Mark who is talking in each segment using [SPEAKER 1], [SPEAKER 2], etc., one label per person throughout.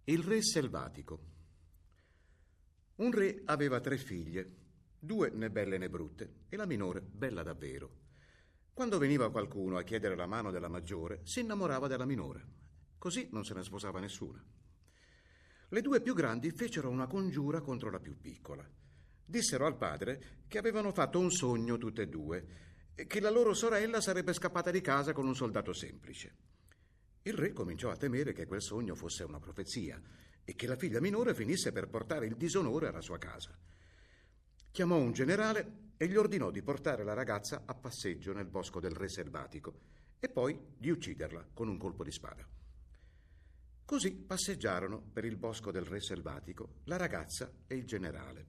[SPEAKER 1] Il re selvatico. Un re aveva 3 figlie, 2 né belle né brutte, e la minore bella davvero. Quando veniva qualcuno a chiedere la mano della maggiore, si innamorava della minore. Così non se ne sposava nessuna. Le 2 più grandi fecero una congiura contro la più piccola. Dissero al padre che avevano fatto un sogno tutte e 2, e che la loro sorella sarebbe scappata di casa con un soldato semplice. Il re cominciò a temere che quel sogno fosse una profezia e che la figlia minore finisse per portare il disonore alla sua casa. Chiamò un generale e gli ordinò di portare la ragazza a passeggio nel bosco del re selvatico e poi di ucciderla con un colpo di spada. Così passeggiarono per il bosco del re selvatico la ragazza e il generale.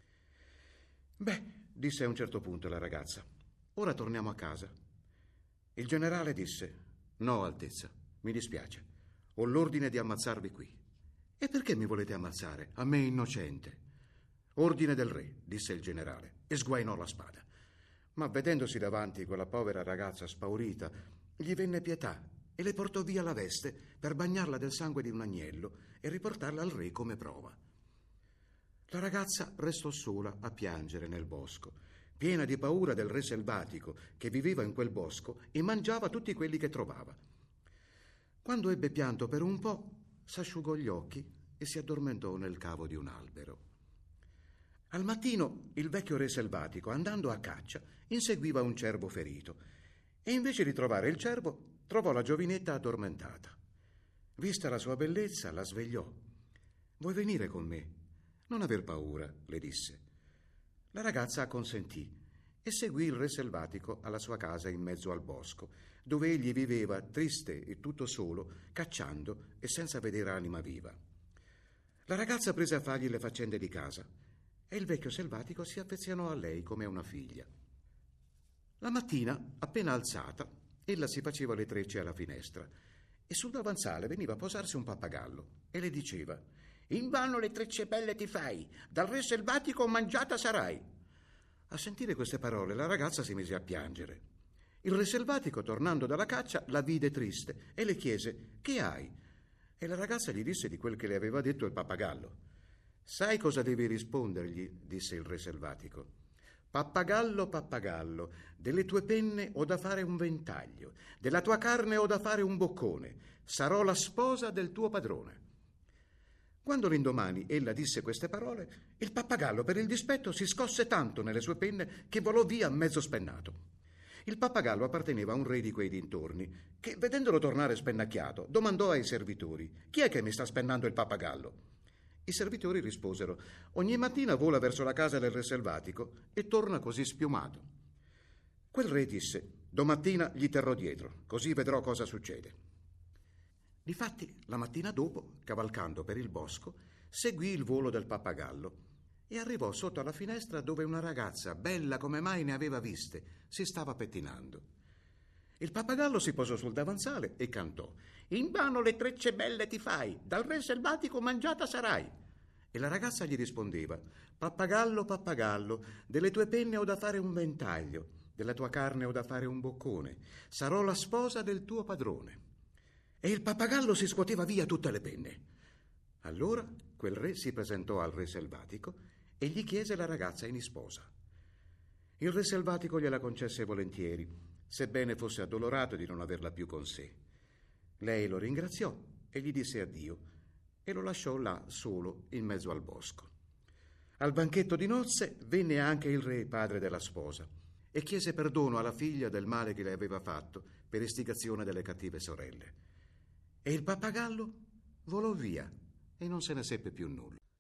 [SPEAKER 1] «Beh», disse a un certo punto la ragazza, «ora torniamo a casa». Il generale disse: «No, Altezza, mi dispiace, ho l'ordine di ammazzarvi qui». «E perché mi volete ammazzare, a me innocente?» «Ordine del re», disse il generale, e sguainò la spada. Ma vedendosi davanti quella povera ragazza spaurita, gli venne pietà e le portò via la veste per bagnarla del sangue di un agnello e riportarla al re come prova. La ragazza restò sola a piangere nel bosco, piena di paura del re selvatico che viveva in quel bosco e mangiava tutti quelli che trovava. Quando ebbe pianto per un po', s'asciugò gli occhi e si addormentò nel cavo di un albero. Al mattino il vecchio re selvatico, andando a caccia, inseguiva un cervo ferito e invece di trovare il cervo trovò la giovinetta addormentata. Vista la sua bellezza, la svegliò. «Vuoi venire con me? Non aver paura», le disse. La ragazza acconsentì e seguì il re selvatico alla sua casa in mezzo al bosco, dove egli viveva triste e tutto solo, cacciando e senza vedere anima viva. La ragazza prese a fargli le faccende di casa e il vecchio selvatico si affezionò a lei come a una figlia. La mattina, appena alzata, ella si faceva le trecce alla finestra e sul davanzale veniva a posarsi un pappagallo e le diceva: «Invano le trecce belle ti fai, dal re selvatico mangiata sarai». A sentire queste parole la ragazza si mise a piangere. Il re selvatico, tornando dalla caccia, la vide triste e le chiese: «Che hai?» E la ragazza gli disse di quel che le aveva detto il pappagallo. «Sai cosa devi rispondergli?» disse il re selvatico. «Pappagallo, pappagallo, delle tue penne ho da fare un ventaglio, della tua carne ho da fare un boccone, sarò la sposa del tuo padrone». Quando l'indomani ella disse queste parole, il pappagallo per il dispetto si scosse tanto nelle sue penne che volò via mezzo spennato. Il pappagallo apparteneva a un re di quei dintorni che, vedendolo tornare spennacchiato, domandò ai servitori: «Chi è che mi sta spennando il pappagallo?» I servitori risposero: «Ogni mattina vola verso la casa del re selvatico e torna così spiumato». Quel re disse: «Domattina gli terrò dietro, così vedrò cosa succede». Difatti, la mattina dopo, cavalcando per il bosco, seguì il volo del pappagallo e arrivò sotto alla finestra dove una ragazza, bella come mai ne aveva viste, si stava pettinando. Il pappagallo si posò sul davanzale e cantò: «Invano le trecce belle ti fai, dal re selvatico mangiata sarai». E la ragazza gli rispondeva: «Pappagallo, pappagallo, delle tue penne ho da fare un ventaglio, della tua carne ho da fare un boccone, sarò la sposa del tuo padrone». E il pappagallo si scuoteva via tutte le penne. Allora quel re si presentò al re selvatico e gli chiese la ragazza in sposa. Il re selvatico gliela concesse volentieri, sebbene fosse addolorato di non averla più con sé. Lei lo ringraziò e gli disse addio e lo lasciò là solo in mezzo al bosco. Al banchetto di nozze venne anche il re, padre della sposa, e chiese perdono alla figlia del male che le aveva fatto per istigazione delle cattive sorelle. E il pappagallo volò via e non se ne seppe più nulla.